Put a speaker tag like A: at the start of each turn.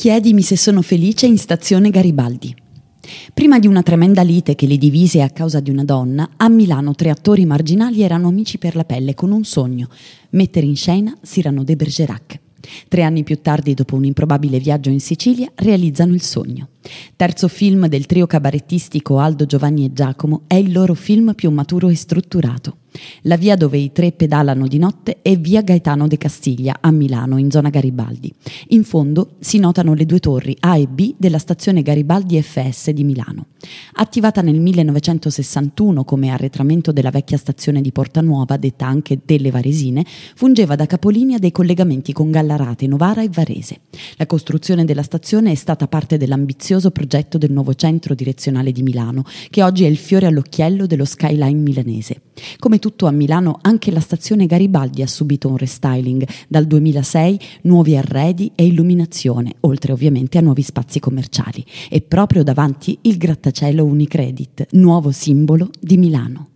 A: Chiedimi se sono felice in stazione Garibaldi. Prima di una tremenda lite che li divise a causa di una donna, a Milano 3 attori marginali erano amici per la pelle con un sogno: mettere in scena Cyrano de Bergerac. 3 anni più tardi, dopo un improbabile viaggio in Sicilia, realizzano il sogno. Terzo film del trio cabarettistico Aldo, Giovanni e Giacomo, è il loro film più maturo e strutturato. La via dove i 3 pedalano di notte è via Gaetano de Castiglia a Milano, in zona Garibaldi. In fondo si notano le 2 torri A e B della stazione Garibaldi FS di Milano. Attivata nel 1961 come arretramento della vecchia stazione di Porta Nuova, detta anche delle Varesine, fungeva da capolinea dei collegamenti con Gallarate, Novara e Varese. La costruzione della stazione è stata parte dell'ambizioso progetto del nuovo centro direzionale di Milano, che oggi è il fiore all'occhiello dello skyline milanese. Come tutto a Milano, anche la stazione Garibaldi ha subito un restyling. Dal 2006 nuovi arredi e illuminazione, oltre ovviamente a nuovi spazi commerciali. E proprio davanti il grattacielo Unicredit, nuovo simbolo di Milano.